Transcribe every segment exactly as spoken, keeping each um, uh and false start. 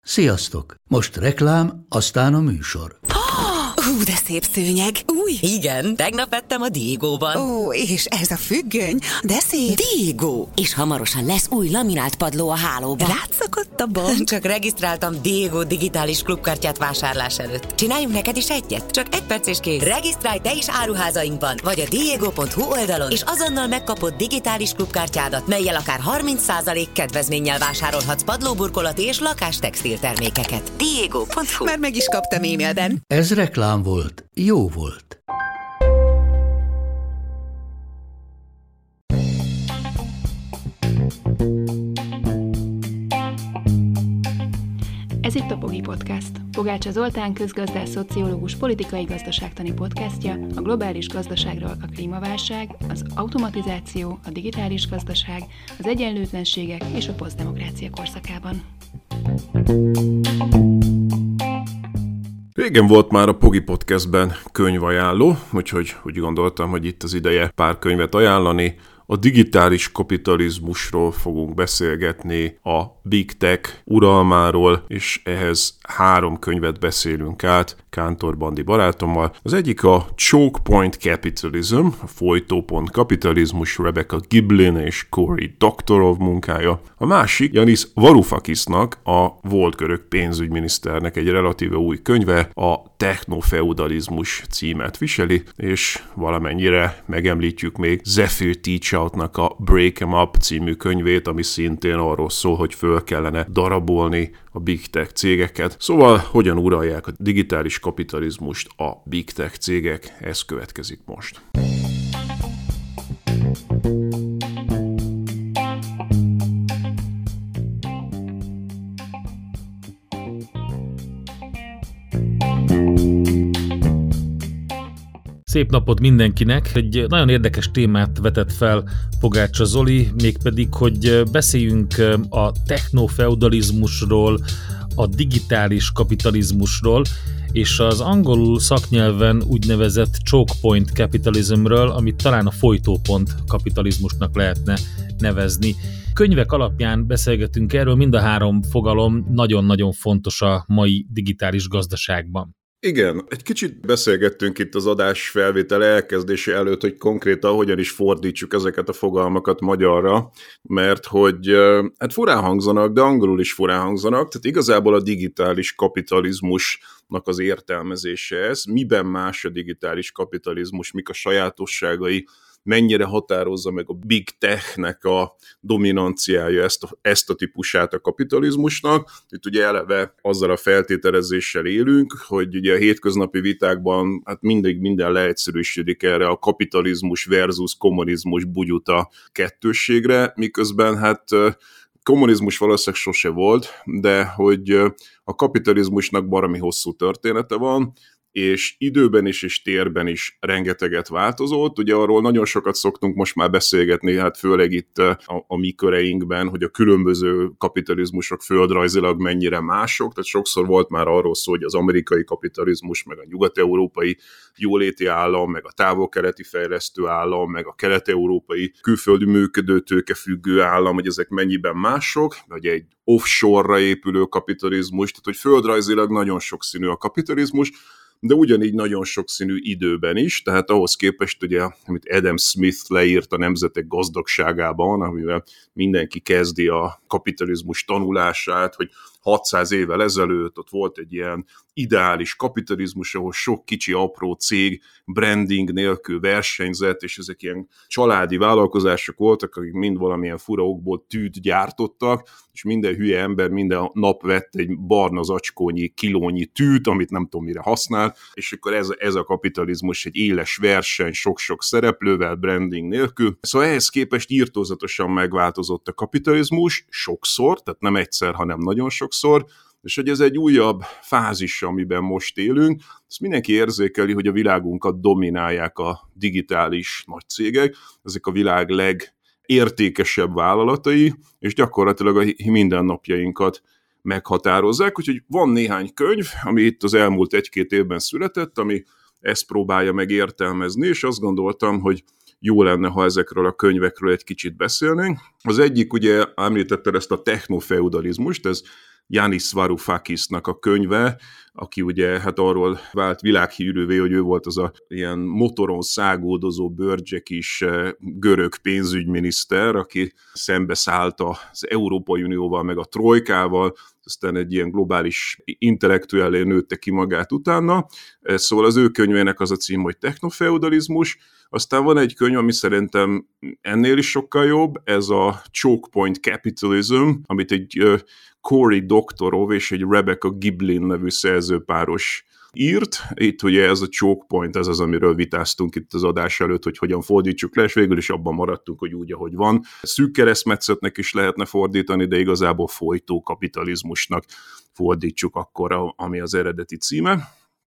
Sziasztok! Most reklám, aztán a műsor. Hú, de szép szőnyeg. Új. Igen, tegnap vettem a Diegóban. Ó, és ez a függöny, de szép. Diegó. És hamarosan lesz új laminált padló a hálóban. Rátszakadt a bank. Csak regisztráltam Diegó digitális klubkártyát vásárlás előtt. Csináljunk neked is egyet? Csak egy perc és kész. Regisztrálj te is áruházainkban, vagy a diego pont hu oldalon, és azonnal megkapod digitális klubkártyádat, mellyel akár harminc százalék kedvezménnyel vásárolhatsz padlóburkolati és lakástextil termékeket. diego pont hu. Már meg is kaptam e-mailben. Ez reklám volt. Jó volt. Ez itt a Pogi Podcast. Pogácsa Zoltán közgazdász, szociológus, politikai gazdaságtani podcastja a globális gazdaságról, a klímaválság, az automatizáció, a digitális gazdaság, az egyenlőtlenségek és a posztdemokrácia korszakában. Régen volt már a Pogi Podcastben könyvajánló, úgyhogy úgy gondoltam, hogy itt az ideje pár könyvet ajánlani. A digitális kapitalizmusról fogunk beszélgetni, a Big Tech uralmáról, és ehhez három könyvet beszélünk át Kántor Bandi barátommal. Az egyik a Choke Point Capitalism, a folytópont kapitalizmus, Rebecca Giblin és Cory Doctorow munkája. A másik Yanis Varoufakisnak, a volt görög pénzügyminiszternek egy relatíve új könyve, a Technofeudalizmus címet viseli, és valamennyire megemlítjük még Zephyr Teachoutnak a Break 'em Up című könyvét, ami szintén arról szól, hogy föl kellene darabolni a Big Tech cégeket. Szóval hogyan uralják a digitális kapitalizmust a Big Tech cégek, ez következik most. Szép napot mindenkinek! Egy nagyon érdekes témát vetett fel Pogácsa Zoli, mégpedig, hogy beszéljünk a technofeudalizmusról, a digitális kapitalizmusról, és az angolul szaknyelven úgynevezett choke point capitalismről, amit talán a folytópont kapitalizmusnak lehetne nevezni. Könyvek alapján beszélgetünk erről, mind a három fogalom nagyon-nagyon fontos a mai digitális gazdaságban. Igen, egy kicsit beszélgettünk itt az adás felvétel elkezdése előtt, hogy konkrétan hogyan is fordítsuk ezeket a fogalmakat magyarra, mert hogy hát furán hangzanak, de angolul is furán hangzanak, tehát igazából a digitális kapitalizmusnak az értelmezése ez, miben más a digitális kapitalizmus, mik a sajátosságai, mennyire határozza meg a Big Tech-nek a dominanciája ezt a, ezt a típusát a kapitalizmusnak. Itt ugye eleve azzal a feltételezéssel élünk, hogy ugye a hétköznapi vitákban hát mindig minden leegyszerűsödik erre a kapitalizmus versus kommunizmus bugyuta kettősségre, miközben hát kommunizmus valószínűleg sose volt, de hogy a kapitalizmusnak baromi hosszú története van, és időben is, és térben is rengeteget változott. Ugye arról nagyon sokat szoktunk most már beszélgetni, hát főleg itt a, a mi köreinkben, hogy a különböző kapitalizmusok földrajzilag mennyire mások, tehát sokszor volt már arról szó, hogy az amerikai kapitalizmus, meg a nyugat-európai jóléti állam, meg a távol-keleti fejlesztő állam, meg a kelet-európai külföldi működő tőkefüggő állam, hogy ezek mennyiben mások, vagy egy offshore-ra épülő kapitalizmus, tehát hogy földrajzilag nagyon sokszínű a kapitalizmus, de ugyanígy nagyon sokszínű időben is, tehát ahhoz képest ugye, amit Adam Smith leírt a Nemzetek gazdagságában, amivel mindenki kezdi a kapitalizmus tanulását, hogy hatszáz évvel ezelőtt ott volt egy ilyen ideális kapitalizmus, ahol sok kicsi apró cég branding nélkül versenyzett, és ezek ilyen családi vállalkozások voltak, akik mind valamilyen fura okból tűt gyártottak, és minden hülye ember minden nap vett egy barna zacskónyi, kilónyi tűt, amit nem tudom mire használ, és akkor ez, ez a kapitalizmus egy éles verseny, sok-sok szereplővel, branding nélkül. Szóval ehhez képest írtózatosan megváltozott a kapitalizmus, sokszor, tehát nem egyszer, hanem nagyon sokszor, és hogy ez egy újabb fázis, amiben most élünk, azt mindenki érzékeli, hogy a világunkat dominálják a digitális nagycégek, ezek a világ legértékesebb vállalatai, és gyakorlatilag a mindennapjainkat meghatározzák, úgyhogy van néhány könyv, ami itt az elmúlt egy-két évben született, ami ezt próbálja meg értelmezni, és azt gondoltam, hogy jó lenne, ha ezekről a könyvekről egy kicsit beszélnénk. Az egyik, ugye említetted ezt a technofeudalizmust, ez Yanis Varoufakisnak a könyve, aki ugye hát arról vált világhírűvé, hogy ő volt az a ilyen motoron száguldozó bőrcsekis görög pénzügyminiszter, aki szembeszállt az Európai Unióval meg a trojkával, aztán egy ilyen globális intellektuellé nőtte ki magát utána. Szóval az ő könyvének az a cím, hogy Technofeudalizmus. Aztán van egy könyv, ami szerintem ennél is sokkal jobb, ez a Choke Point Capitalism, amit egy Cory Doctorow és egy Rebecca Giblin nevű szerzőpáros írt. Itt ugye ez a choke point, ez az, amiről vitáztunk itt az adás előtt, hogy hogyan fordítsuk le, és végül is abban maradtunk, hogy úgy, ahogy van. Szűk keresztmetszetnek is lehetne fordítani, de igazából folytó kapitalizmusnak fordítsuk akkor, ami az eredeti címe.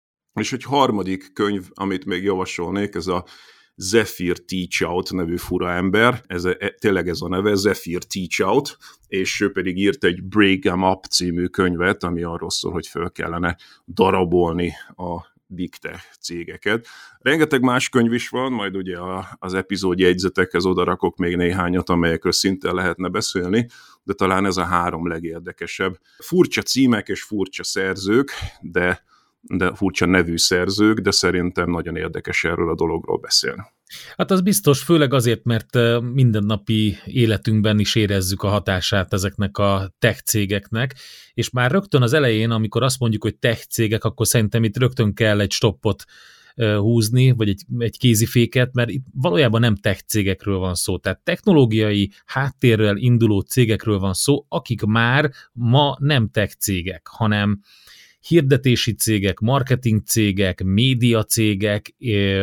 És egy harmadik könyv, amit még javasolnék, ez a Zephyr Teachout nevű fura ember, ez a, tényleg ez a neve, Zephyr Teachout, és ő pedig írt egy Break 'em Up című könyvet, ami arról szól, hogy föl kellene darabolni a big tech cégeket. Rengeteg más könyv is van, majd ugye a, az epizódjegyzetekhez odarakok még néhányat, amelyekről szintén lehetne beszélni, de talán ez a három legérdekesebb. Furcsa címek és furcsa szerzők, de de furcsa nevű szerzők, de szerintem nagyon érdekes erről a dologról beszélni. Hát az biztos, főleg azért, mert mindennapi életünkben is érezzük a hatását ezeknek a tech cégeknek, és már rögtön az elején, amikor azt mondjuk, hogy tech cégek, akkor szerintem itt rögtön kell egy stoppot húzni, vagy egy, egy kéziféket, mert itt valójában nem tech cégekről van szó, tehát technológiai háttérrel induló cégekről van szó, akik már ma nem tech cégek, hanem hirdetési cégek, marketing cégek, média cégek,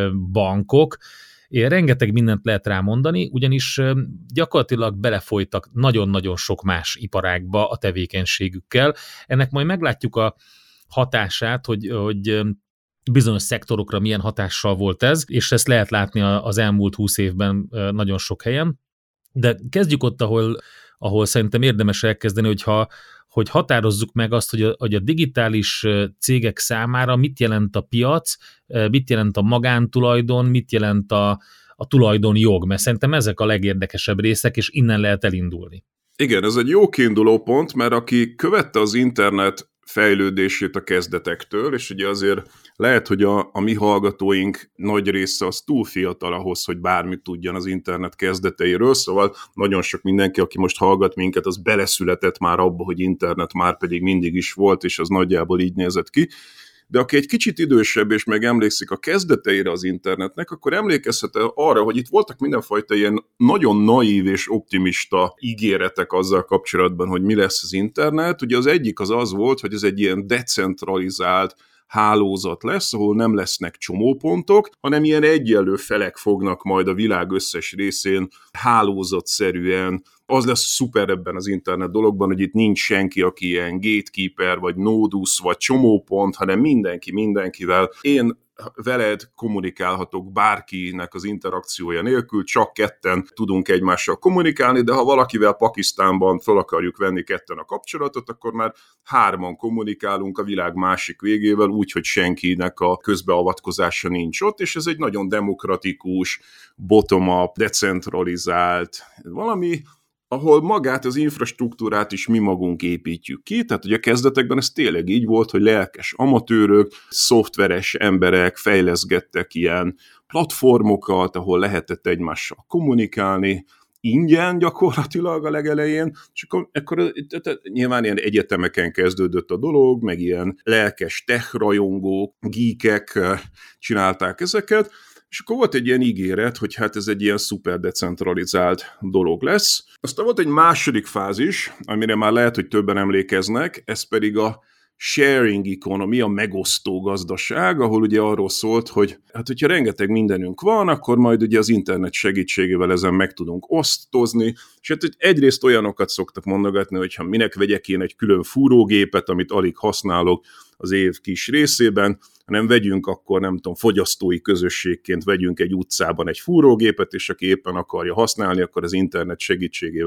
bankok, rengeteg mindent lehet rá mondani, ugyanis gyakorlatilag belefolytak nagyon-nagyon sok más iparágba a tevékenységükkel. Ennek majd meglátjuk a hatását, hogy, hogy bizonyos szektorokra milyen hatással volt ez, és ezt lehet látni az elmúlt húsz évben nagyon sok helyen. De kezdjük ott, ahol, ahol szerintem érdemes elkezdeni, hogyha hogy határozzuk meg azt, hogy a, hogy a digitális cégek számára mit jelent a piac, mit jelent a magántulajdon, mit jelent a, a tulajdonjog, mert szerintem ezek a legérdekesebb részek, és innen lehet elindulni. Igen, ez egy jó kiinduló pont, mert aki követte az internet fejlődését a kezdetektől, és ugye azért lehet, hogy a, a mi hallgatóink nagy része az túl fiatal ahhoz, hogy bármit tudjan az internet kezdeteiről, szóval nagyon sok mindenki, aki most hallgat minket, az beleszületett már abba, hogy internet már pedig mindig is volt, és az nagyjából így nézett ki. De aki egy kicsit idősebb, és meg emlékszik a kezdeteire az internetnek, akkor emlékezhet arra, hogy itt voltak mindenfajta ilyen nagyon naív és optimista ígéretek azzal kapcsolatban, hogy mi lesz az internet. Ugye az egyik az az volt, hogy ez egy ilyen decentralizált hálózat lesz, ahol nem lesznek csomópontok, hanem ilyen egyenlő felek fognak majd a világ összes részén hálózatszerűen. Az lesz szuper ebben az internet dologban, hogy itt nincs senki, aki ilyen gatekeeper, vagy nodus, vagy csomópont, hanem mindenki mindenkivel. Én veled kommunikálhatok bárkinek az interakciója nélkül, csak ketten tudunk egymással kommunikálni, de ha valakivel Pakisztánban fel akarjuk venni ketten a kapcsolatot, akkor már hárman kommunikálunk a világ másik végével, úgyhogy senkinek a közbeavatkozása nincs ott, és ez egy nagyon demokratikus, bottom-up, decentralizált valami, ahol magát az infrastruktúrát is mi magunk építjük ki, tehát ugye a kezdetekben ez tényleg így volt, hogy lelkes amatőrök, szoftveres emberek fejleszgettek ilyen platformokat, ahol lehetett egymással kommunikálni, ingyen gyakorlatilag a legelején, és akkor, akkor nyilván ilyen egyetemeken kezdődött a dolog, meg ilyen lelkes tech rajongók, geekek csinálták ezeket, és akkor volt egy ilyen ígéret, hogy hát ez egy ilyen szuper decentralizált dolog lesz. Aztán volt egy második fázis, amire már lehet, hogy többen emlékeznek, ez pedig a sharing economy, a megosztó gazdaság, ahol ugye arról szólt, hogy hát hogyha rengeteg mindenünk van, akkor majd ugye az internet segítségével ezen meg tudunk osztozni, és hát egyrészt olyanokat szoktak mondogatni, hogyha minek vegyek én egy külön fúrógépet, amit alig használok az év kis részében, hanem vegyünk akkor, nem tudom, fogyasztói közösségként vegyünk egy utcában egy fúrógépet, és aki éppen akarja használni, akkor az internet segítségével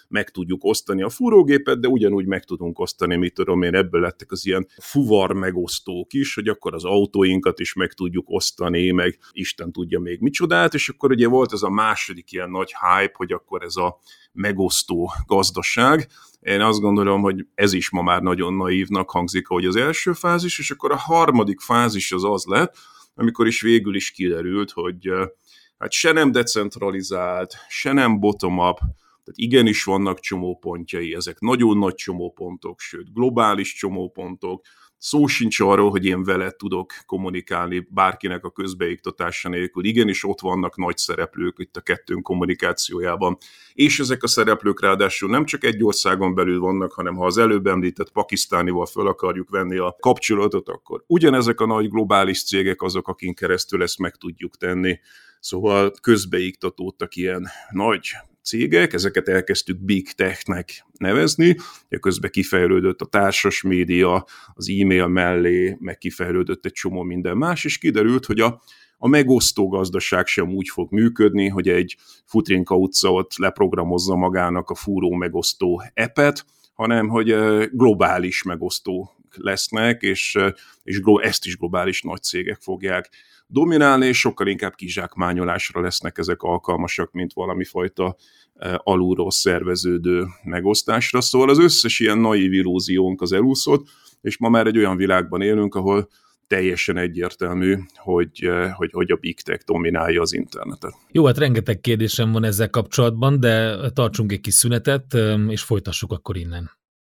meg tudjuk osztani a fúrógépet, de ugyanúgy meg tudunk osztani, mit tudom én, ebből lettek az ilyen fuvar megosztók is, hogy akkor az autóinkat is meg tudjuk osztani, meg Isten tudja még micsodát, és akkor ugye volt ez a második ilyen nagy hype, hogy akkor ez a megosztó gazdaság. Én azt gondolom, hogy ez is ma már nagyon naívnak hangzik, ahogy az első fázis, és akkor a harmadik fázis az az lett, amikor is végül is kiderült, hogy hát se nem decentralizált, se nem bottom-up, tehát igenis vannak csomópontjai, ezek nagyon nagy csomópontok, sőt globális csomópontok, szó sincs arról, hogy én veled tudok kommunikálni bárkinek a közbeiktatása nélkül. Igenis ott vannak nagy szereplők itt a kettőnk kommunikációjában. És ezek a szereplők ráadásul nem csak egy országon belül vannak, hanem ha az előbb említett pakisztánival föl akarjuk venni a kapcsolatot, akkor ugyanezek a nagy globális cégek azok, akin keresztül ezt meg tudjuk tenni. Szóval közbeiktatódtak ilyen nagy cégek, ezeket elkezdtük Big Tech-nek nevezni, közben kifejlődött a társas média, az e-mail mellé, meg kifejlődött egy csomó minden más, és kiderült, hogy a, a megosztó gazdaság sem úgy fog működni, hogy egy Futrinka utca ott leprogramozza magának a fúró megosztó appet, hanem hogy globális megosztó lesznek, és, és ezt is globális nagy cégek fogják dominálni, és sokkal inkább kizsákmányolásra lesznek ezek alkalmasak, mint valami fajta alulról szerveződő megosztásra. Szóval az összes ilyen naív illúziónk az elúszott, és ma már egy olyan világban élünk, ahol teljesen egyértelmű, hogy, hogy, hogy a Big Tech dominálja az internetet. Jó, hát rengeteg kérdésem van ezzel kapcsolatban, de tartsunk egy kis szünetet, és folytassuk akkor innen.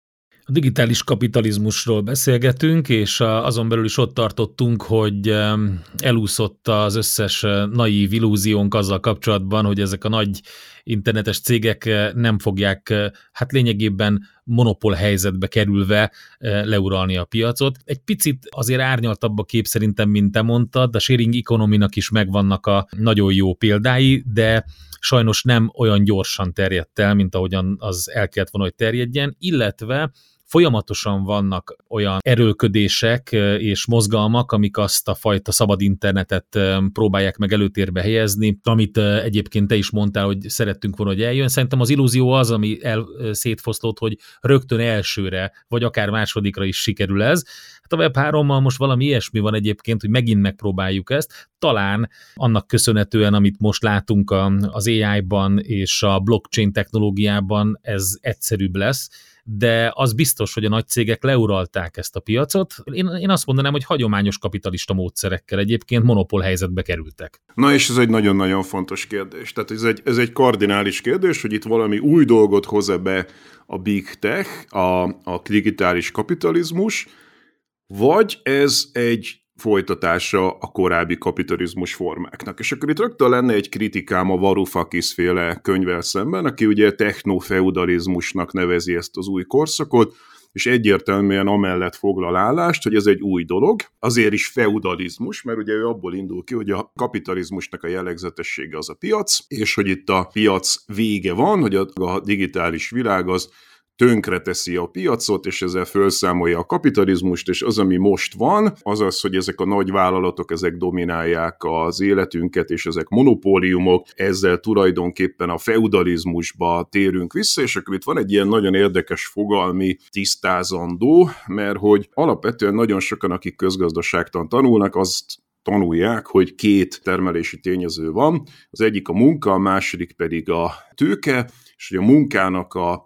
A digitális kapitalizmusról beszélgetünk, és azon belül is ott tartottunk, hogy elúszott az összes naív illúziónk azzal kapcsolatban, hogy ezek a nagy internetes cégek nem fogják hát lényegében monopól helyzetbe kerülve leuralni a piacot. Egy picit azért árnyaltabb a kép szerintem, mint te mondtad, a sharing economy-nak is megvannak a nagyon jó példái, de sajnos nem olyan gyorsan terjedt el, mint ahogyan az el kellett volna, hogy terjedjen, illetve folyamatosan vannak olyan erőlködések és mozgalmak, amik azt a fajta szabad internetet próbálják meg előtérbe helyezni, amit egyébként te is mondtál, hogy szerettünk volna, hogy eljön. Szerintem az illúzió az, ami el szétfoszlott, hogy rögtön elsőre, vagy akár másodikra is sikerül ez. Hát a web hárommal most valami ilyesmi van egyébként, hogy megint megpróbáljuk ezt. Talán annak köszönhetően, amit most látunk az á í-ban és a blockchain technológiában, ez egyszerűbb lesz, de az biztos, hogy a nagy cégek leuralták ezt a piacot. Én, én azt mondanám, hogy hagyományos kapitalista módszerekkel egyébként monopól helyzetbe kerültek. Na és ez egy nagyon-nagyon fontos kérdés. Tehát ez egy, ez egy kardinális kérdés, hogy itt valami új dolgot hoz-e be a Big Tech, a, a digitális kapitalizmus, vagy ez egy folytatása a korábbi kapitalizmus formáknak. És akkor itt rögtön lenne egy kritikám a Varoufakis féle könyvvel szemben, aki ugye technofeudalizmusnak nevezi ezt az új korszakot, és egyértelműen amellett foglal állást, hogy ez egy új dolog, azért is feudalizmus, mert ugye ő abból indul ki, hogy a kapitalizmusnak a jellegzetessége az a piac, és hogy itt a piac vége van, hogy a digitális világ az tönkreteszi a piacot, és ezzel felszámolja a kapitalizmust, és az, ami most van, az az, hogy ezek a nagy vállalatok, ezek dominálják az életünket, és ezek monopóliumok, ezzel tulajdonképpen a feudalizmusba térünk vissza, és akkor itt van egy ilyen nagyon érdekes fogalmi tisztázandó, mert hogy alapvetően nagyon sokan, akik közgazdaságtan tanulnak, azt tanulják, hogy két termelési tényező van, az egyik a munka, a második pedig a tőke, és hogy a munkának a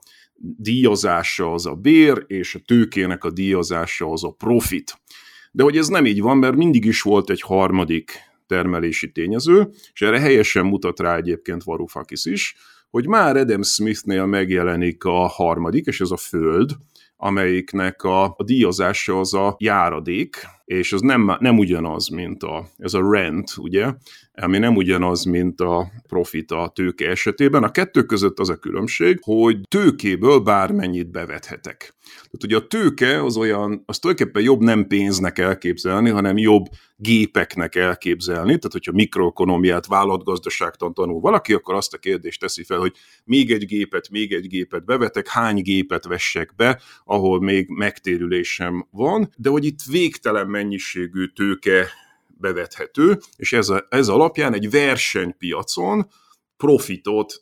díjazása az a bér, és a tőkének a díjazása az a profit. De hogy ez nem így van, mert mindig is volt egy harmadik termelési tényező, és erre helyesen mutat rá egyébként Varoufakis is, hogy már Adam Smithnél megjelenik a harmadik, és ez a föld, amelyiknek a, a díjazása az a járadék, és az nem, nem ugyanaz, mint a, ez a rent, ugye, ami nem ugyanaz, mint a profit a tőke esetében. A kettő között az a különbség, hogy tőkéből bármennyit bevethetek. Tehát ugye a tőke az olyan, az tulajdonképpen jobb nem pénznek elképzelni, hanem jobb gépeknek elképzelni. Tehát hogyha mikroökonomiát, vállalatgazdaságtan tanul valaki, akkor azt a kérdést teszi fel, hogy még egy gépet, még egy gépet bevetek, hány gépet vessek be, ahol még megtérülésem van, de hogy itt végtelen mennyiségű tőke bevethető, és ez, a, ez alapján egy versenypiacon profitot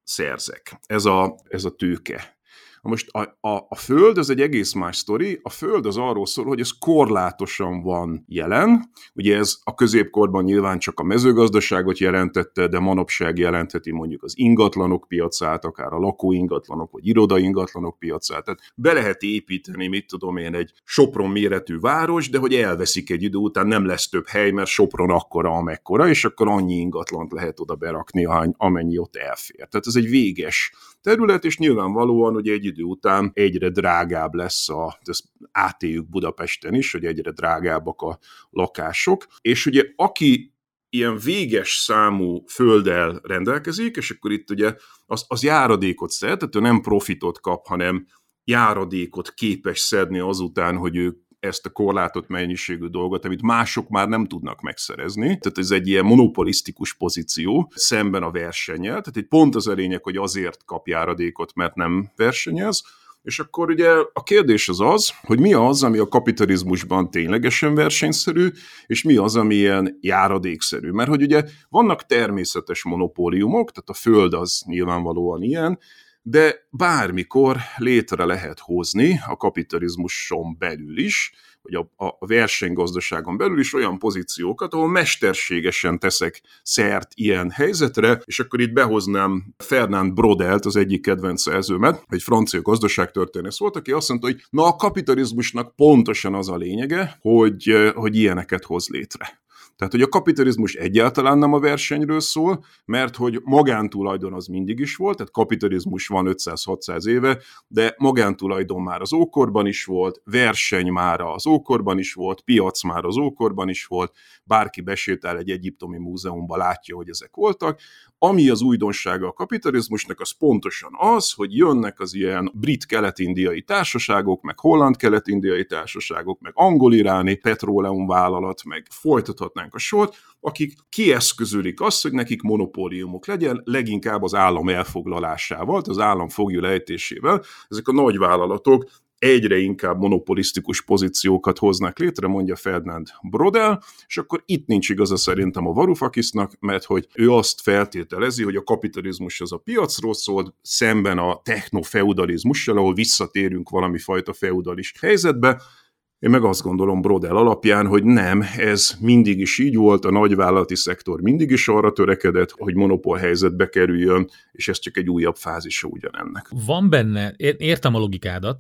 szerzek. Ez a, ez a tőke. Most a, a, a Föld az egy egész más sztori, a Föld az arról szól, hogy ez korlátosan van jelen, ugye ez a középkorban nyilván csak a mezőgazdaságot jelentette, de manapság jelentheti mondjuk az ingatlanok piacát, akár a lakóingatlanok, vagy irodaingatlanok piacát, tehát be lehet építeni, mit tudom én, egy Sopron méretű város, de hogy elveszik egy idő után, nem lesz több hely, mert Sopron akkora, amekkora, és akkor annyi ingatlant lehet oda berakni, amennyi ott elfér. Tehát ez egy véges terület, és nyilvánvalóan, hogy egy idő után egyre drágább lesz, a, ezt átéljük Budapesten is, hogy egyre drágábbak a lakások, és ugye aki ilyen véges számú földdel rendelkezik, és akkor itt ugye az, az járadékot szed, tehát ő nem profitot kap, hanem járadékot képes szedni azután, hogy ő ezt a korlátott mennyiségű dolgot, amit mások már nem tudnak megszerezni. Tehát ez egy ilyen monopolisztikus pozíció szemben a versennyel. Tehát egy pont az a lényeg, hogy azért kap járadékot, mert nem versenyez. És akkor ugye a kérdés az az, hogy mi az, ami a kapitalizmusban ténylegesen versenyszerű, és mi az, ami ilyen járadékszerű. Mert hogy ugye vannak természetes monopóliumok, tehát a Föld az nyilvánvalóan ilyen, de bármikor létre lehet hozni a kapitalizmuson belül is, vagy a, a versenygazdaságon belül is olyan pozíciókat, ahol mesterségesen teszek szert ilyen helyzetre, és akkor itt behoznám Fernand Braudelt, az egyik kedvenc szerzőmet, egy francia gazdaságtörténész volt, aki azt mondta, hogy na a kapitalizmusnak pontosan az a lényege, hogy, hogy ilyeneket hoz létre. Tehát, hogy a kapitalizmus egyáltalán nem a versenyről szól, mert hogy magántulajdon az mindig is volt, tehát kapitalizmus van ötszáz-hatszáz éve, de magántulajdon már az ókorban is volt, verseny már az ókorban is volt, piac már az ókorban is volt, bárki besétál egy egyiptomi múzeumba, látja, hogy ezek voltak. Ami az újdonsága a kapitalizmusnak, az pontosan az, hogy jönnek az ilyen brit-kelet-indiai társaságok, meg holland-kelet-indiai társaságok, meg angol-iráni petróleumvállalat, meg folytathatnánk a sort, akik kieszközölik azt, hogy nekik monopóliumok legyen, leginkább az állam elfoglalásával, az állam foglyulejtésével. Ezek a nagyvállalatok egyre inkább monopolisztikus pozíciókat hoznak létre, mondja Fernand Braudel, és akkor itt nincs igaza szerintem a Varoufakisnak, mert hogy ő azt feltételezi, hogy a kapitalizmus az a piacról szól, szemben a technofeudalizmussal, ahol visszatérünk valami fajta feudalis helyzetbe. Én meg azt gondolom Braudel alapján, hogy nem, ez mindig is így volt, a nagyvállalati szektor mindig is arra törekedett, hogy monopól helyzetbe kerüljön, és ez csak egy újabb fázisa ugyanennek. Van benne, értem a logikádat,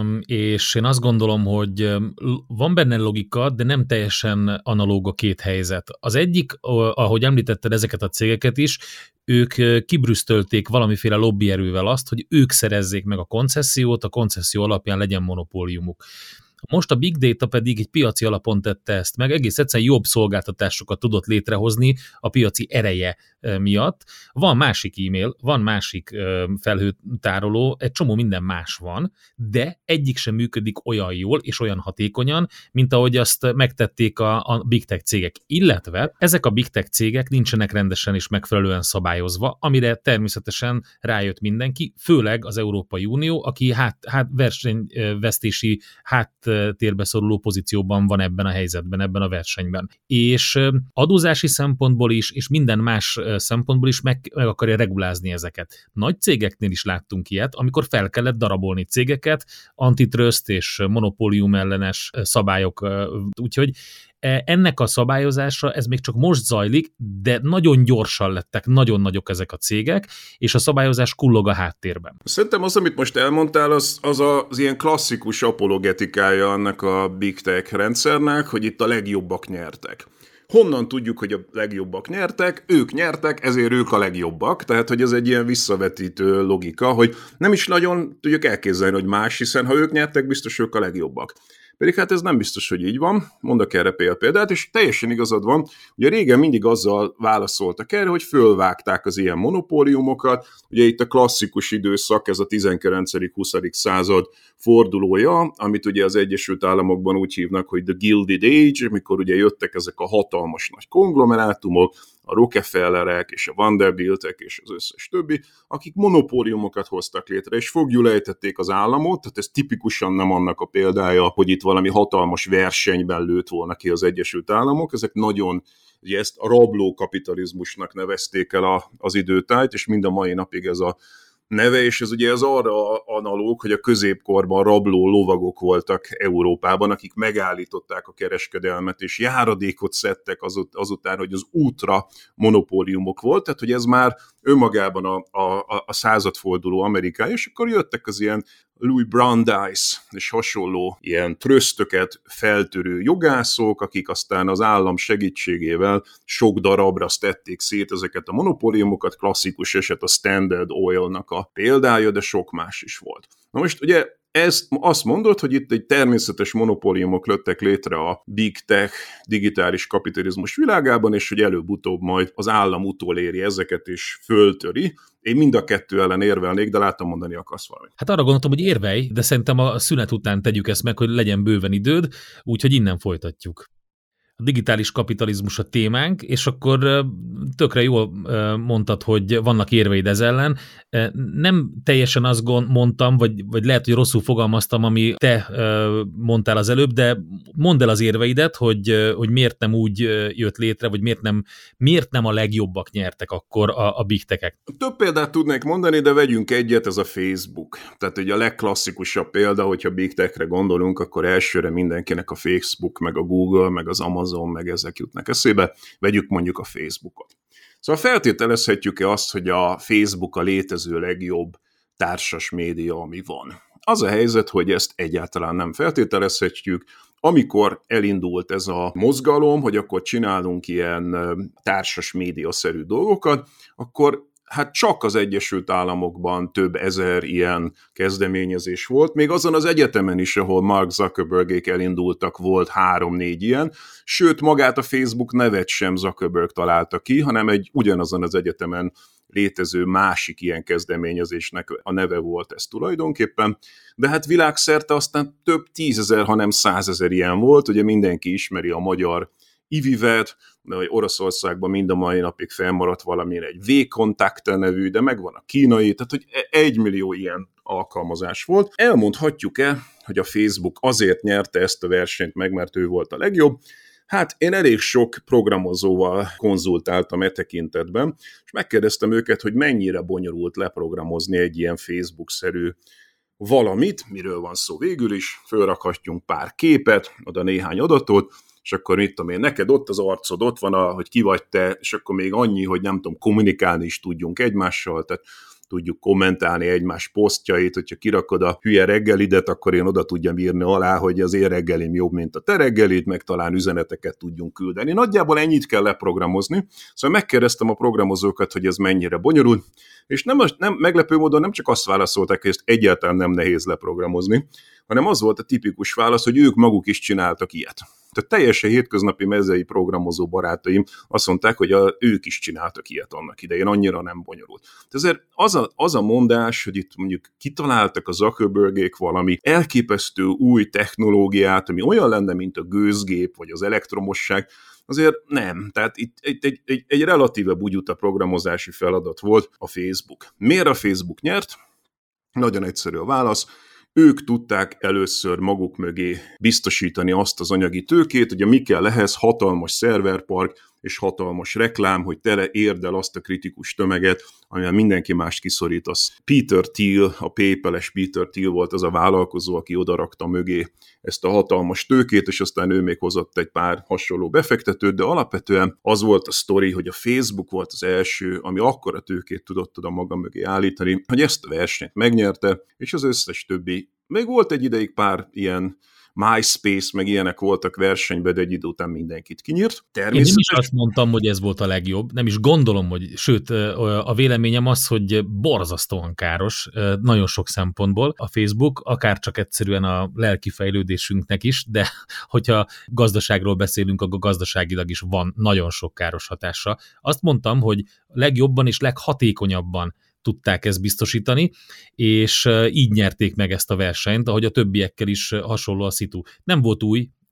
és én azt gondolom, hogy van benne logika, de nem teljesen analóg a két helyzet. Az egyik, ahogy említetted ezeket a cégeket is, ők kibrüsztölték valamiféle lobbyerővel azt, hogy ők szerezzék meg a koncessziót, a koncesszió alapján legyen monopóliumuk. Most a Big Data pedig egy piaci alapon tette ezt meg, egész egyszerűen jobb szolgáltatásokat tudott létrehozni a piaci ereje miatt. Van másik e-mail, van másik felhőtároló, egy csomó minden más van, de egyik sem működik olyan jól és olyan hatékonyan, mint ahogy azt megtették a, a Big Tech cégek. Illetve ezek a Big Tech cégek nincsenek rendesen és megfelelően szabályozva, amire természetesen rájött mindenki, főleg az Európai Unió, aki hát, hát versenyvesztési hát térbe szoruló pozícióban van ebben a helyzetben, ebben a versenyben. És adózási szempontból is, és minden más szempontból is meg, meg akarja regulázni ezeket. Nagy cégeknél is láttunk ilyet, amikor fel kellett darabolni cégeket, antitrust és monopólium ellenes szabályok, úgyhogy ennek a szabályozása, ez még csak most zajlik, de nagyon gyorsan lettek, nagyon nagyok ezek a cégek, és a szabályozás kullog a háttérben. Szerintem az, amit most elmondtál, az, az az ilyen klasszikus apologetikája annak a Big Tech rendszernek, hogy itt a legjobbak nyertek. Honnan tudjuk, hogy a legjobbak nyertek? Ők nyertek, ezért ők a legjobbak. Tehát, hogy ez egy ilyen visszavetítő logika, hogy nem is nagyon tudjuk elképzelni, hogy más, hiszen ha ők nyertek, biztos ők a legjobbak. Pedig hát ez nem biztos, hogy így van, mondok erre példát, és teljesen igazad van, ugye régen mindig azzal válaszoltak erre, hogy fölvágták az ilyen monopóliumokat, ugye itt a klasszikus időszak, ez a tizenkilencedik-huszadik század fordulója, amit ugye az Egyesült Államokban úgy hívnak, hogy the Gilded Age, mikor ugye jöttek ezek a hatalmas nagy konglomerátumok, a Rockefellerek és a Vanderbiltek és az összes többi, akik monopóliumokat hoztak létre, és foglyulejtették az államot, tehát ez tipikusan nem annak a példája, hogy itt valami hatalmas versenyben lőtt volna ki az Egyesült Államok, ezek nagyon ugye ezt a rabló kapitalizmusnak nevezték el a, az időtájt, és mind a mai napig ez a neve, és ez ugye az arra analóg, hogy a középkorban rabló lovagok voltak Európában, akik megállították a kereskedelmet, és járadékot szedtek azut, azután, hogy az útra monopóliumok volt, tehát hogy ez már önmagában a, a, a századforduló Amerikája, és akkor jöttek az ilyen Louis Brandeis és hasonló ilyen trösztöket feltörő jogászok, akik aztán az állam segítségével sok darabra tették szét ezeket a monopóliumokat, klasszikus eset a Standard Oil-nak a példája, de sok más is volt. Na most ugye ezt azt mondod, hogy itt egy természetes monopóliumok jöttek létre a big tech, digitális kapitalizmus világában, és hogy előbb-utóbb majd az állam utoléri ezeket és föltöri. Én mind a kettő ellen érvelnék, de látom, mondani akarsz valamit. Hát arra gondoltam, hogy érvelj, de szerintem a szünet után tegyük ezt meg, hogy legyen bőven időd, úgyhogy innen folytatjuk. A digitális kapitalizmus a témánk, és akkor tökre jól mondtad, hogy vannak érveid ez ellen. Nem teljesen azt mondtam, vagy, vagy lehet, hogy rosszul fogalmaztam, ami te mondtál az előbb, de mondd el az érveidet, hogy, hogy miért nem úgy jött létre, vagy miért nem, miért nem a legjobbak nyertek akkor a, a big tech-ek. Több példát tudnék mondani, de vegyünk egyet, ez a Facebook. Tehát ugye a legklasszikusabb példa, hogyha big tech-re gondolunk, akkor elsőre mindenkinek a Facebook, meg a Google, meg az Amazon, meg ezek jutnak eszébe, vegyük mondjuk a Facebookot. Szóval feltételezhetjük-e azt, hogy a Facebook a létező legjobb társas média, ami van? Az a helyzet, hogy ezt egyáltalán nem feltételezhetjük. Amikor elindult ez a mozgalom, hogy akkor csinálunk ilyen társas média-szerű dolgokat, akkor hát csak az Egyesült Államokban több ezer ilyen kezdeményezés volt, még azon az egyetemen is, ahol Mark Zuckerbergék elindultak, volt három-négy ilyen, sőt magát a Facebook nevet sem Zuckerberg találta ki, hanem egy ugyanazon az egyetemen létező másik ilyen kezdeményezésnek a neve volt ez tulajdonképpen, de hát világszerte aztán több tízezer, hanem százezer ilyen volt, ugye mindenki ismeri a magyar ivivet, vagy Oroszországban mind a mai napig felmaradt valamilyen egy V-Contact nevű, de megvan a kínai, tehát hogy egymillió ilyen alkalmazás volt. Elmondhatjuk-e, hogy a Facebook azért nyerte ezt a versenyt meg, mert ő volt a legjobb? Hát én elég sok programozóval konzultáltam e tekintetben, és megkérdeztem őket, hogy mennyire bonyolult leprogramozni egy ilyen Facebook-szerű valamit, miről van szó végül is, fölrakhatjunk pár képet, oda néhány adatot, és akkor mit tudom én, neked ott az arcod, ott van, a, hogy ki vagy te, és akkor még annyi, hogy nem tudom, kommunikálni is tudjunk egymással, tehát tudjuk kommentálni egymás posztjait, hogyha kirakod a hülye reggelidet, akkor én oda tudjam írni alá, hogy az én reggelim jobb, mint a te reggelid, meg talán üzeneteket tudjunk küldeni. Nagyjából ennyit kell leprogramozni. Szóval megkérdeztem a programozókat, hogy ez mennyire bonyolult, és nem, nem meglepő módon nem csak azt válaszolták, hogy ezt egyáltalán nem nehéz leprogramozni, hanem az volt a tipikus válasz, hogy ők maguk is csináltak ilyet. Tehát teljesen hétköznapi mezei programozó barátaim azt mondták, hogy a, ők is csináltak ilyet annak idején, annyira nem bonyolult. Ezért az a, az a mondás, hogy itt mondjuk kitaláltak a Zuckerbergék valami elképesztő új technológiát, ami olyan lenne, mint a gőzgép, vagy az elektromosság, azért nem. Tehát itt egy, egy, egy, egy relatíve bugyuta programozási feladat volt a Facebook. Miért a Facebook nyert? Nagyon egyszerű a válasz. Ők tudták először maguk mögé biztosítani azt az anyagi tőkét, hogy mi kell ehhez hatalmas szerverpark és hatalmas reklám, hogy tele érd el azt a kritikus tömeget, amivel mindenki mást kiszorítasz. Peter Thiel, a PayPal-es Peter Thiel volt az a vállalkozó, aki odarakta mögé ezt a hatalmas tőkét, és aztán ő még hozott egy pár hasonló befektetőt, de alapvetően az volt a sztori, hogy a Facebook volt az első, ami akkora tőkét tudott oda maga mögé állítani, hogy ezt a versenyt megnyerte, és az összes többi. Még volt egy ideig pár ilyen MySpace, meg ilyenek voltak versenyben, de egy idő után mindenkit kinyírt. Természetesen... Én nem is azt mondtam, hogy ez volt a legjobb, nem is gondolom, hogy, sőt, a véleményem az, hogy borzasztóan káros, nagyon sok szempontból a Facebook, akár csak egyszerűen a lelki fejlődésünknek is, de hogyha gazdaságról beszélünk, akkor gazdaságilag is van nagyon sok káros hatása. Azt mondtam, hogy legjobban és leghatékonyabban tudták ezt biztosítani, és így nyerték meg ezt a versenyt, ahogy a többiekkel is hasonló a szitu. Nem volt új,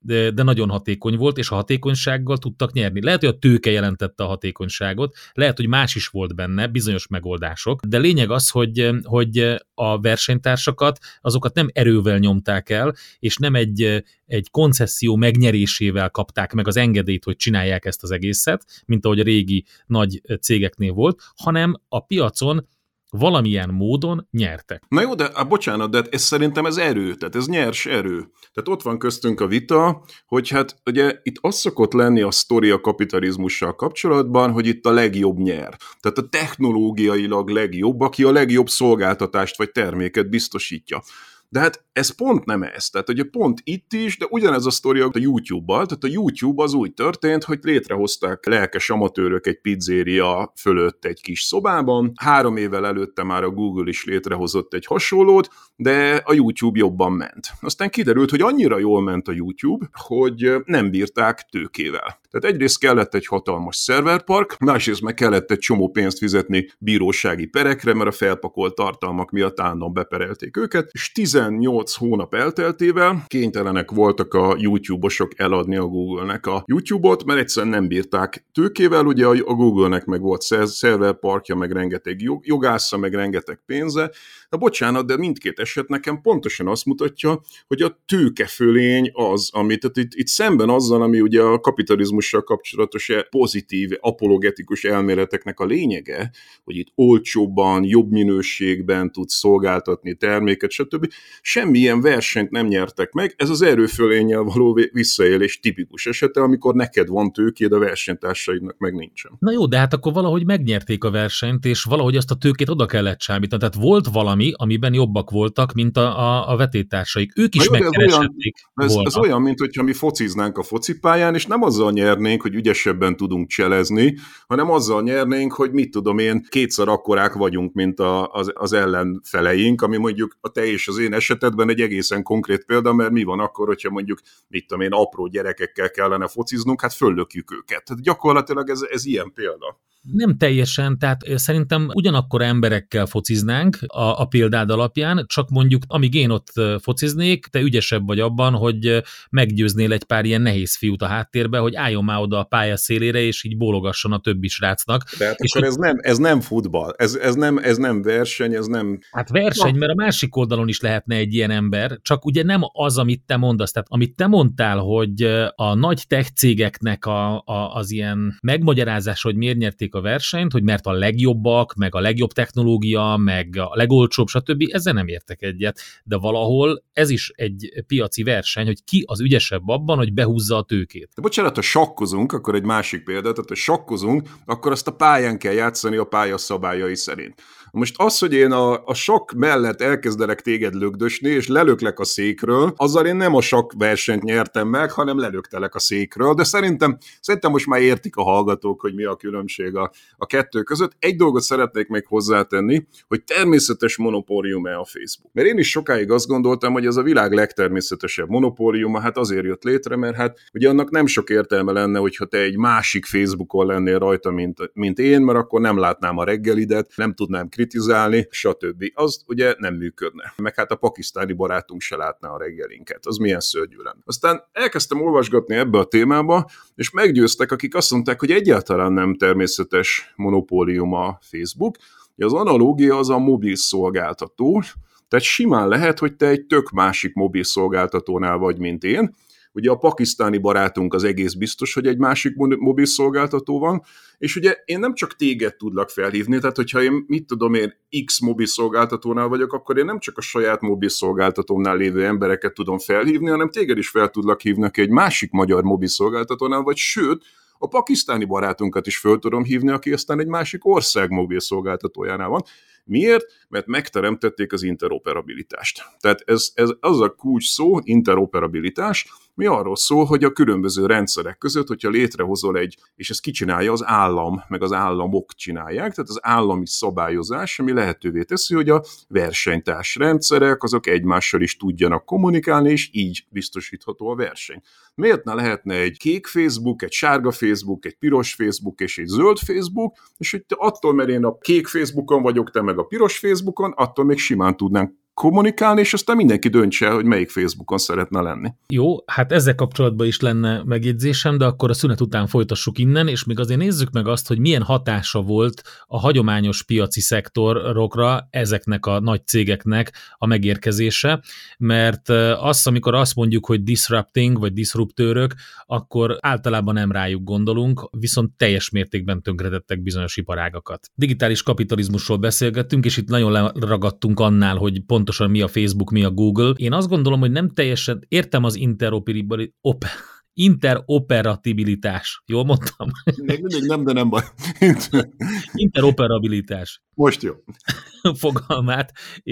de, de nagyon hatékony volt, és a hatékonysággal tudtak nyerni. Lehet, hogy a tőke jelentette a hatékonyságot, lehet, hogy más is volt benne, bizonyos megoldások, de lényeg az, hogy, hogy a versenytársakat, azokat nem erővel nyomták el, és nem egy, egy koncesszió megnyerésével kapták meg az engedélyt, hogy csinálják ezt az egészet, mint ahogy a régi nagy cégeknél volt, hanem a piacon valamilyen módon nyertek. Na jó, de á, bocsánat, de ez szerintem ez erő, tehát ez nyers erő. Tehát ott van köztünk a vita, hogy hát ugye itt az szokott lenni a sztori a kapitalizmussal kapcsolatban, hogy itt a legjobb nyer. Tehát a technológiailag legjobb, aki a legjobb szolgáltatást vagy terméket biztosítja. De hát ez pont nem ez. Tehát ugye pont itt is, de ugyanez a sztori a YouTube-bal. Tehát a YouTube az úgy történt, hogy létrehozták lelkes amatőrök egy pizzéria fölött egy kis szobában. Három évvel előtte már a Google is létrehozott egy hasonlót, de a YouTube jobban ment. Aztán kiderült, hogy annyira jól ment a YouTube, hogy nem bírták tőkével. Tehát egyrészt kellett egy hatalmas szerverpark, másrészt meg kellett egy csomó pénzt fizetni bírósági perekre, mert a felpakolt tartalmak miatt állandóan beperelték őket, és tizennyolc hónap elteltével kénytelenek voltak a YouTube-osok eladni a Google-nek a YouTube-ot, mert egyszerűen nem bírták tőkével, ugye a Google-nek meg volt szerverparkja, meg rengeteg jogásza, meg rengeteg pénze. Na bocsánat, de mindkét eset nekem pontosan azt mutatja, hogy a tőkefölény az, amit tehát itt, itt szemben azzal, ami ugye a kapitalizmussal kapcsolatos pozitív, apologetikus elméleteknek a lényege, hogy itt olcsóbban, jobb minőségben tudsz szolgáltatni terméket, stb. Semmilyen versenyt nem nyertek meg, ez az erőfölénnyel való visszaélés tipikus esete, amikor neked van tőkéd, a versenytársaidnak meg nincsen. Na jó, de hát akkor valahogy megnyerték a versenyt, és valahogy azt a tőkét oda kellett sámítani. Tehát volt valami, amiben jobbak voltak, mint a, a, a vetétársaik. Ők is megkereshették ez, ez olyan, mint hogyha mi fociznánk a focipályán, és nem azzal nyernénk, hogy ügyesebben tudunk cselezni, hanem azzal nyernénk, hogy mit tudom én, kétszer akkorák vagyunk, mint a, az, az ellenfeleink, ami mondjuk a te és az én esetedben egy egészen konkrét példa, mert mi van akkor, hogyha mondjuk, mit tudom én, apró gyerekekkel kellene fociznunk, hát föllökjük őket. Tehát gyakorlatilag ez, ez ilyen példa. Nem teljesen, tehát szerintem ugyanakkor emberekkel fociznánk a, a példád alapján, csak mondjuk amíg én ott fociznék, te ügyesebb vagy abban, hogy meggyőznél egy pár ilyen nehéz fiút a háttérbe, hogy álljon már oda a pálya szélére, és így bólogasson a többi srácnak. De hát és akkor hogy... ez, nem, ez nem futball, ez, ez, nem, ez nem verseny, ez nem... Hát verseny, mert a másik oldalon is lehetne egy ilyen ember, csak ugye nem az, amit te mondasz. Tehát amit te mondtál, hogy a nagy tech cégeknek a, a, az ilyen megmagyarázása, hogy miért nyerték a versenyt, hogy mert a legjobbak, meg a legjobb technológia, meg a legolcsóbb, stb. Ezzel nem értek egyet, de valahol ez is egy piaci verseny, hogy ki az ügyesebb abban, hogy behúzza a tőkét. De bocsánat, ha sakkozunk, akkor egy másik példa, tehát ha sakkozunk, akkor azt a pályán kell játszani a pálya szabályai szerint. Most az, hogy én a, a sakk mellett elkezdelek téged lögdösni, és lelöklek a székről, azzal én nem a sakk versenyt nyertem meg, hanem lelöktelek a székről, de szerintem, szerintem most már értik a hallgatók, hogy mi a különbség a, a kettő között. Egy dolgot szeretnék még hozzátenni, hogy természetes monopólium-e a Facebook. Mert én is sokáig azt gondoltam, hogy ez a világ legtermészetesebb monopóliuma, hát azért jött létre, mert hát ugye annak nem sok értelme lenne, hogyha te egy másik Facebookon lennél rajta, mint, mint én, mert akkor nem látnám a reggelidet, nem tudnám kritizálni, stb. Az ugye nem működne. Meg hát a pakisztáni barátunk se látná a reggelinket. Az milyen szörnyű lenne. Aztán elkezdtem olvasgatni ebbe a témába, és meggyőztek, akik azt mondták, hogy egyáltalán nem természetes monopólium a Facebook. Az analógia az a mobil szolgáltató, tehát simán lehet, hogy te egy tök másik mobil szolgáltatónál vagy, mint én. Ugye a pakisztáni barátunk az egész biztos, hogy egy másik mobil szolgáltató van, és ugye én nem csak téged tudlak felhívni, tehát hogyha én, mit tudom én, X mobil szolgáltatónál vagyok, akkor én nem csak a saját mobil szolgáltatónál lévő embereket tudom felhívni, hanem téged is fel tudlak hívni, aki egy másik magyar mobil szolgáltatónál, vagy sőt, a pakisztáni barátunkat is föl tudom hívni, aki aztán egy másik ország mobil szolgáltatójánál van. Miért? Mert megteremtették az interoperabilitást. Tehát ez, ez az a kulcs szó, interoperabilitás, mi arról szól, hogy a különböző rendszerek között, hogyha létrehozol egy, és ezt kicsinálja az állam, meg az államok csinálják, tehát az állami szabályozás, ami lehetővé teszi, hogy a versenytárs rendszerek, azok egymással is tudjanak kommunikálni, és így biztosítható a verseny. Miért ne lehetne egy kék Facebook, egy sárga Facebook, egy piros Facebook és egy zöld Facebook, és hogy attól, mert én a kék Facebookon vagyok, te meg a piros Facebookon, attól még simán tudnánk kommunikálni, és aztán mindenki döntse, hogy melyik Facebookon szeretne lenni. Jó, hát ezzel kapcsolatban is lenne megjegyzésem, de akkor a szünet után folytassuk innen, és még azért nézzük meg azt, hogy milyen hatása volt a hagyományos piaci szektorokra ezeknek a nagy cégeknek a megérkezése, mert az, amikor azt mondjuk, hogy disrupting, vagy diszruptőrök, akkor általában nem rájuk gondolunk, viszont teljes mértékben tönkretettek bizonyos iparágakat. Digitális kapitalizmusról beszélgettünk, és itt nagyon leragadtunk annál, hogy pontosan mi a Facebook, mi a Google. Én azt gondolom, hogy nem teljesen értem az interoperabilitás, op, interoperabilitás. Jól mondtam? Még mindig nem, de nem baj. Interoperabilitás. Most jó. Fogalmát,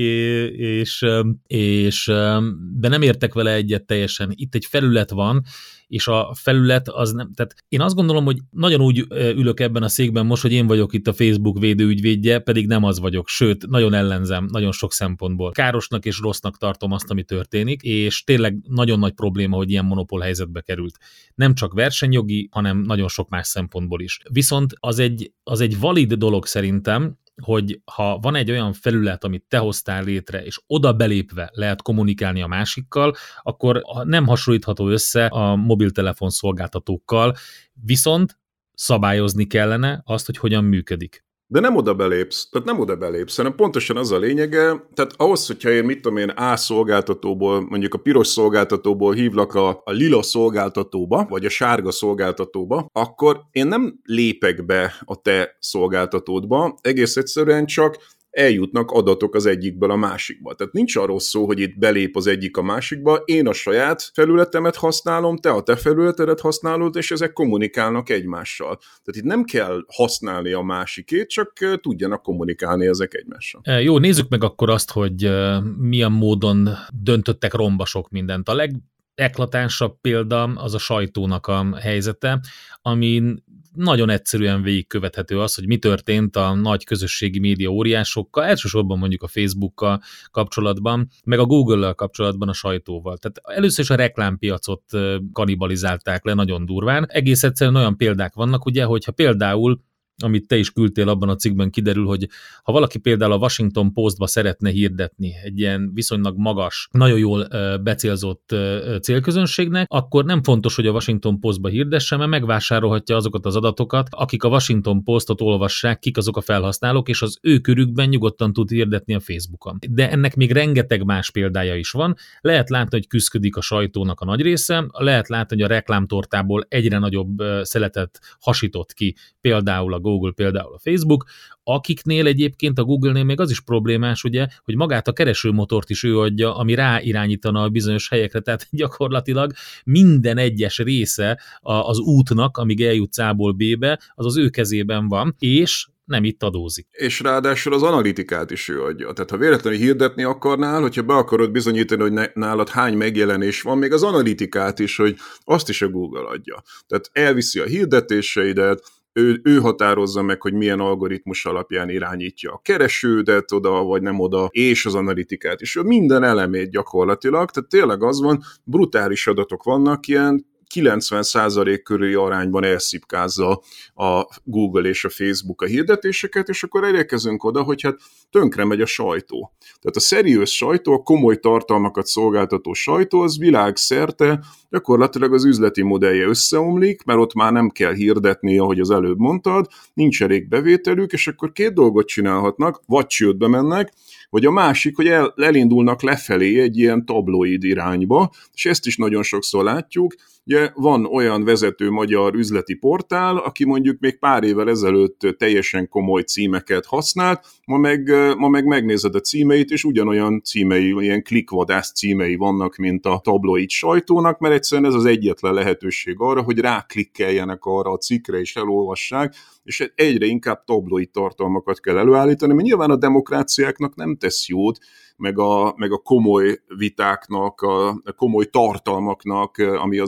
és, és, de nem értek vele egyet teljesen. Itt egy felület van, és a felület az nem, tehát én azt gondolom, hogy nagyon úgy ülök ebben a székben most, hogy én vagyok itt a Facebook védőügyvédje, pedig nem az vagyok, sőt, nagyon ellenzem, nagyon sok szempontból. Károsnak és rossznak tartom azt, ami történik, és tényleg nagyon nagy probléma, hogy ilyen monopól helyzetbe került. Nem csak versenyjogi, hanem nagyon sok más szempontból is. Viszont az egy, az egy valid dolog szerintem, hogy ha van egy olyan felület, amit te hoztál létre, és oda belépve lehet kommunikálni a másikkal, akkor nem hasonlítható össze a mobiltelefon szolgáltatókkal, viszont szabályozni kellene azt, hogy hogyan működik. De nem oda belépsz, tehát nem oda belépsz, hanem pontosan az a lényege, tehát ahhoz, hogyha én mit tudom én A szolgáltatóból, mondjuk a piros szolgáltatóból hívlak a, a lila szolgáltatóba, vagy a sárga szolgáltatóba, akkor én nem lépek be a te szolgáltatódba, egész egyszerűen csak eljutnak adatok az egyikből a másikba. Tehát nincs arról szó, hogy itt belép az egyik a másikba, én a saját felületemet használom, te a te felületedet használod, és ezek kommunikálnak egymással. Tehát itt nem kell használni a másikét, csak tudjanak kommunikálni ezek egymással. Jó, nézzük meg akkor azt, hogy milyen módon döntöttek romba sok mindent. A legeklatánsabb példa az a sajtónak a helyzete, amin nagyon egyszerűen végigkövethető az, hogy mi történt a nagy közösségi média óriásokkal, elsősorban mondjuk a Facebookkal kapcsolatban, meg a Google-lel kapcsolatban a sajtóval. Tehát először is a reklámpiacot kannibalizálták le nagyon durván. Egész egyszerűen olyan példák vannak, ugye, hogyha például amit te is küldtél, abban a cikkben kiderül, hogy ha valaki például a Washington Postba szeretne hirdetni egy ilyen viszonylag magas, nagyon jól becélzott célközönségnek, akkor nem fontos, hogy a Washington Postba hirdesse, mert megvásárolhatja azokat az adatokat, akik a Washington Postot olvassák, kik azok a felhasználók, és az ő körükben nyugodtan tud hirdetni a Facebookon. De ennek még rengeteg más példája is van. Lehet látni, hogy küszködik a sajtónak a nagy része, lehet látni, hogy a reklámtortából egyre nagyobb szeletet hasított ki, például a Google, például a Facebook, akiknél egyébként a Google-nél még az is problémás, ugye, hogy magát a keresőmotort is ő adja, ami ráirányítana a bizonyos helyekre, tehát gyakorlatilag minden egyes része az útnak, amíg eljutsz A-ból B-be, az az ő kezében van, és nem itt adózik. És ráadásul az analitikát is ő adja. Tehát ha véletlenül hirdetni akarnál, hogyha be akarod bizonyítani, hogy nálad hány megjelenés van, még az analitikát is, hogy azt is a Google adja. Tehát elviszi a hirdetéseidet, Ő, ő határozza meg, hogy milyen algoritmus alapján irányítja a keresődet oda, vagy nem oda, és az analitikát is. Minden elemét gyakorlatilag, tehát tényleg az van, brutális adatok vannak, ilyen kilencven százalék körüli arányban elszipkázza a Google és a Facebook a hirdetéseket, és akkor elérkezünk oda, hogy hát tönkre megy a sajtó. Tehát a seriős sajtó, a komoly tartalmakat szolgáltató sajtó, az világszerte gyakorlatilag az üzleti modellje összeomlik, mert ott már nem kell hirdetni, ahogy az előbb mondtad, nincs elég bevételük, és akkor két dolgot csinálhatnak, vagy csődbe mennek, vagy a másik, hogy el, elindulnak lefelé egy ilyen tabloid irányba, és ezt is nagyon sokszor látjuk. Ugye van olyan vezető magyar üzleti portál, aki mondjuk még pár évvel ezelőtt teljesen komoly címeket használt, ma meg, ma meg megnézed a címeit, és ugyanolyan címei, ilyen klikvadász címei vannak, mint a tabloid sajtónak, mert egyszerűen ez az egyetlen lehetőség arra, hogy ráklikkeljenek arra a cikkre és elolvassák, és egyre inkább tabloid tartalmakat kell előállítani, mert nyilván a demokráciáknak nem tesz jót, meg a, meg a komoly vitáknak, a, a komoly tartalmaknak, ami azért kellene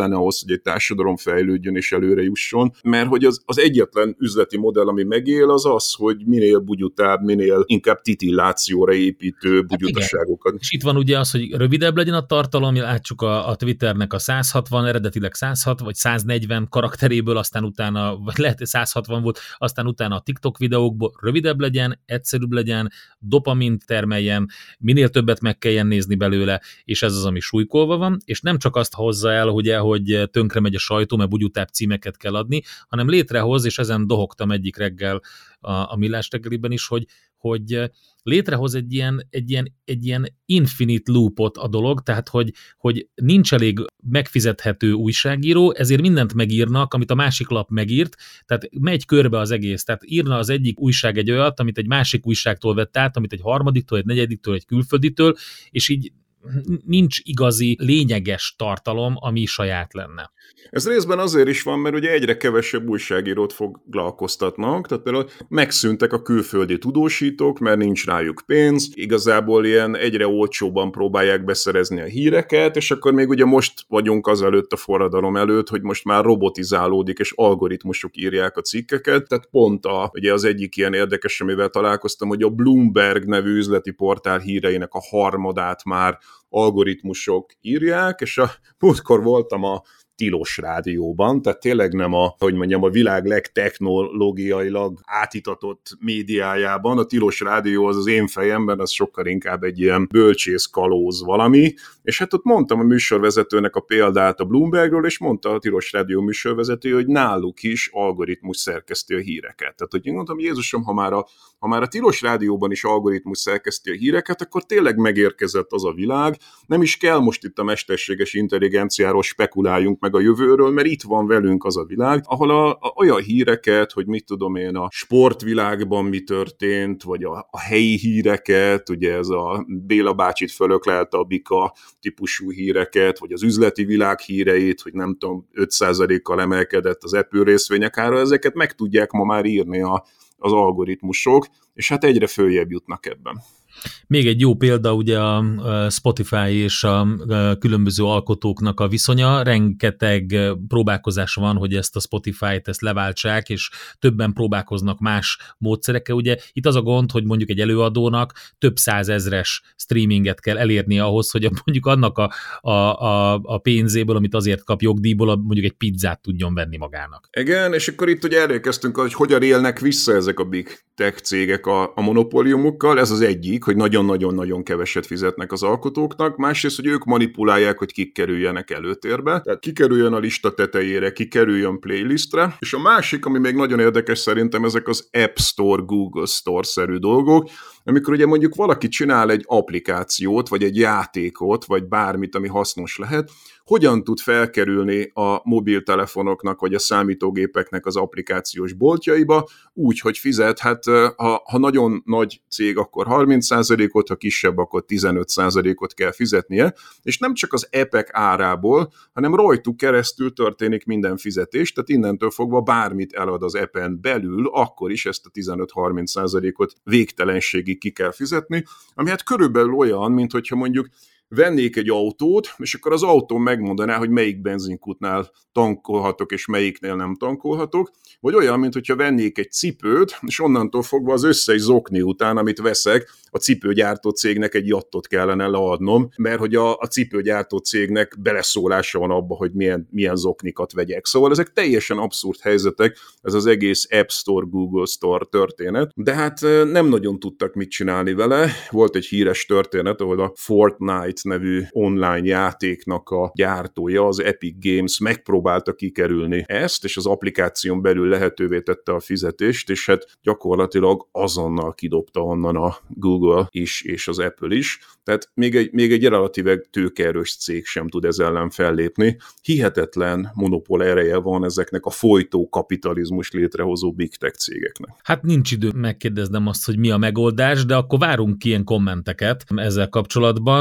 kellene ahhoz, hogy egy társadalom fejlődjön és előre jusson, mert hogy az, az egyetlen üzleti modell, ami megél, az az, hogy minél bugyutább, minél inkább titillációra építő bugyutaságokat. És itt van ugye az, hogy rövidebb legyen a tartalom, látjuk a, a Twitternek a száz hatvan, eredetileg száz hatvan vagy száz negyven karakteréből, aztán utána, vagy lehet száz hatvan volt, aztán utána a TikTok videókból rövidebb legyen, egyszerűbb legyen, dopamint termeljen, minél többet meg kelljen nézni belőle, és ez az, ami súlykolva van, és nem csak azt hozza el, ugye, hogy tönkre megy a sajtó, mert bugyutább címeket kell adni, hanem létrehoz, és ezen dohogtam egyik reggel a, a Millás reggeliben is, hogy, hogy létrehoz egy ilyen, egy, ilyen, egy ilyen infinite loopot a dolog, tehát hogy, hogy nincs elég megfizethető újságíró, ezért mindent megírnak, amit a másik lap megírt, tehát megy körbe az egész, tehát írna az egyik újság egy olyat, amit egy másik újságtól vett át, amit egy harmadiktól, egy negyediktől, egy külfölditől, és így nincs igazi, lényeges tartalom, ami saját lenne. Ez részben azért is van, mert ugye egyre kevesebb újságírót foglalkoztatnak, tehát például megszűntek a külföldi tudósítók, mert nincs rájuk pénz, igazából ilyen egyre olcsóban próbálják beszerezni a híreket, és akkor még ugye most vagyunk azelőtt a forradalom előtt, hogy most már robotizálódik, és algoritmusok írják a cikkeket, tehát pont a, ugye az egyik ilyen érdekes, amivel találkoztam, hogy a Bloomberg nevű üzleti portál híreinek a harmadát már algoritmusok írják, és a múltkor voltam a Tilos rádióban, tehát tényleg nem a, hogy mondjam, a világ legtechnológiailag átitatott médiájában. A Tilos rádió az az én fejemben, az sokkal inkább egy ilyen bölcsész kalóz valami, és hát ott mondtam a műsorvezetőnek a példát a Bloombergről, és mondta a Tilos rádió műsorvezető, hogy náluk is algoritmus szerkeszti a híreket. Tehát, hogy én mondtam, Jézusom, ha már a, ha már a Tilos rádióban is algoritmus szerkeszti a híreket, akkor tényleg megérkezett az a világ, nem is kell most itt a mesterséges intelligenciáról spekuláljunk meg a jövőről, mert itt van velünk az a világ, ahol a, a, olyan híreket, hogy mit tudom én, a sportvilágban mi történt, vagy a, a helyi híreket, ugye ez a Béla bácsit fölöklelte a bika típusú híreket, vagy az üzleti világ híreit, hogy nem tudom, öt százalékkal emelkedett az Apple részvények ára, ezeket meg tudják ma már írni a, az algoritmusok, és hát egyre följebb jutnak ebben. Még egy jó példa ugye a Spotify és a különböző alkotóknak a viszonya. Rengeteg próbálkozás van, hogy ezt a Spotify-t ezt leváltsák, és többen próbálkoznak más módszerekkel. Ugye itt az a gond, hogy mondjuk egy előadónak több százezres streaminget kell elérni ahhoz, hogy mondjuk annak a, a, a, a pénzéből, amit azért kap jogdíjból, mondjuk egy pizzát tudjon venni magának. Igen, és akkor itt ugye elérkeztünk, hogy hogyan élnek vissza ezek a big tech cégek a, a monopóliumukkal. Ez az egyik, hogy nagyon-nagyon-nagyon keveset fizetnek az alkotóknak, másrészt, hogy ők manipulálják, hogy kik kerüljenek előtérbe, tehát kikerüljön a lista tetejére, kikerüljön playlistre, és a másik, ami még nagyon érdekes szerintem, ezek az App Store, Google Store-szerű dolgok, amikor ugye mondjuk valaki csinál egy applikációt, vagy egy játékot, vagy bármit, ami hasznos lehet, hogyan tud felkerülni a mobiltelefonoknak, vagy a számítógépeknek az applikációs boltjaiba, úgy, hogy fizet, hát ha, ha nagyon nagy cég, akkor harminc százalékot, ha kisebb, akkor tizenöt százalékot kell fizetnie, és nem csak az appek árából, hanem rajtuk keresztül történik minden fizetés, tehát innentől fogva bármit elad az appen belül, akkor is ezt a tizenöt-harminc százalékot végtelenségig ki kell fizetni, ami hát körülbelül olyan, mint hogyha mondjuk vennék egy autót, és akkor az autó megmondaná, hogy melyik benzinkútnál tankolhatok, és melyiknél nem tankolhatok, vagy olyan, mint hogyha vennék egy cipőt, és onnantól fogva az összes zokni után, amit veszek, a cipőgyártó cégnek egy jattot kellene leadnom, mert hogy a, a cipőgyártó cégnek beleszólása van abba, hogy milyen, milyen zoknikat vegyek. Szóval ezek teljesen abszurd helyzetek, ez az egész App Store, Google Store történet, de hát nem nagyon tudtak mit csinálni vele. Volt egy híres történet, ahol a Fortnite nevű online játéknak a gyártója, az Epic Games megpróbálta kikerülni ezt, és az applikáción belül lehetővé tette a fizetést, és hát gyakorlatilag azonnal kidobta onnan a Google is, és az Apple is. Tehát még egy, még egy relatíve tőkeerős cég sem tud ezzel ellen fellépni. Hihetetlen monopól ereje van ezeknek a folytó kapitalizmus létrehozó big tech cégeknek. Hát nincs idő megkérdeznem azt, hogy mi a megoldás, de akkor várunk ki ilyen kommenteket ezzel kapcsolatban.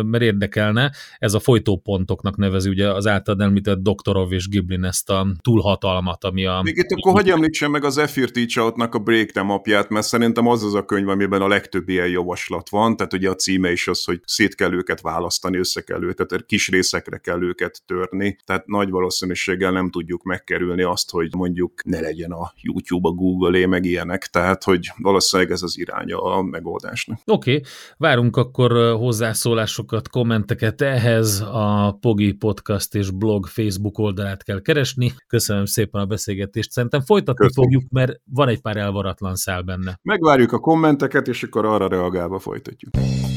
mert érdekelne, ez a folytópontoknak nevezi ugye az általad említett Doktorov és Giblin ezt a túlhatalmat, ami a... Még itt akkor hagyj említsem meg az Zephyr Teachout-nak a Break Them apját, mert szerintem az az a könyv, amiben a legtöbb ilyen javaslat van, tehát ugye a címe is az, hogy szét kell őket választani, össze kell őket, tehát kis részekre kell őket törni, tehát nagy valószínűséggel nem tudjuk megkerülni azt, hogy mondjuk ne legyen a YouTube, a Google-é, meg ilyenek, tehát hogy valószínűleg ez az iránya a megoldásnak. Oké, okay. Várunk akkor hozzászólásokat, kommenteket ehhez, a Pogi Podcast és blog Facebook oldalát kell keresni. Köszönöm szépen a beszélgetést, szerintem folytatni Köszönöm. fogjuk, mert van egy pár elvaratlan szál benne. Megvárjuk a kommenteket, és akkor arra reagálva folytatjuk.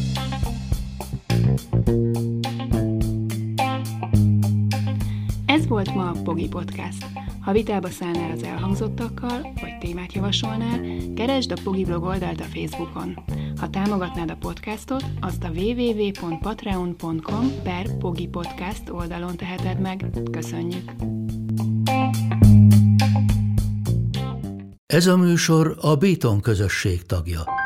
Ez volt ma a Pogi Podcast. Ha vitába szállnál az elhangzottakkal, vagy témát javasolnál, keresd a Pogi blog oldalt a Facebookon. Ha támogatnád a podcastot, azt a www pont patreon pont com per Pogi Podcast oldalon teheted meg. Köszönjük! Ez a műsor a Béton közösség tagja.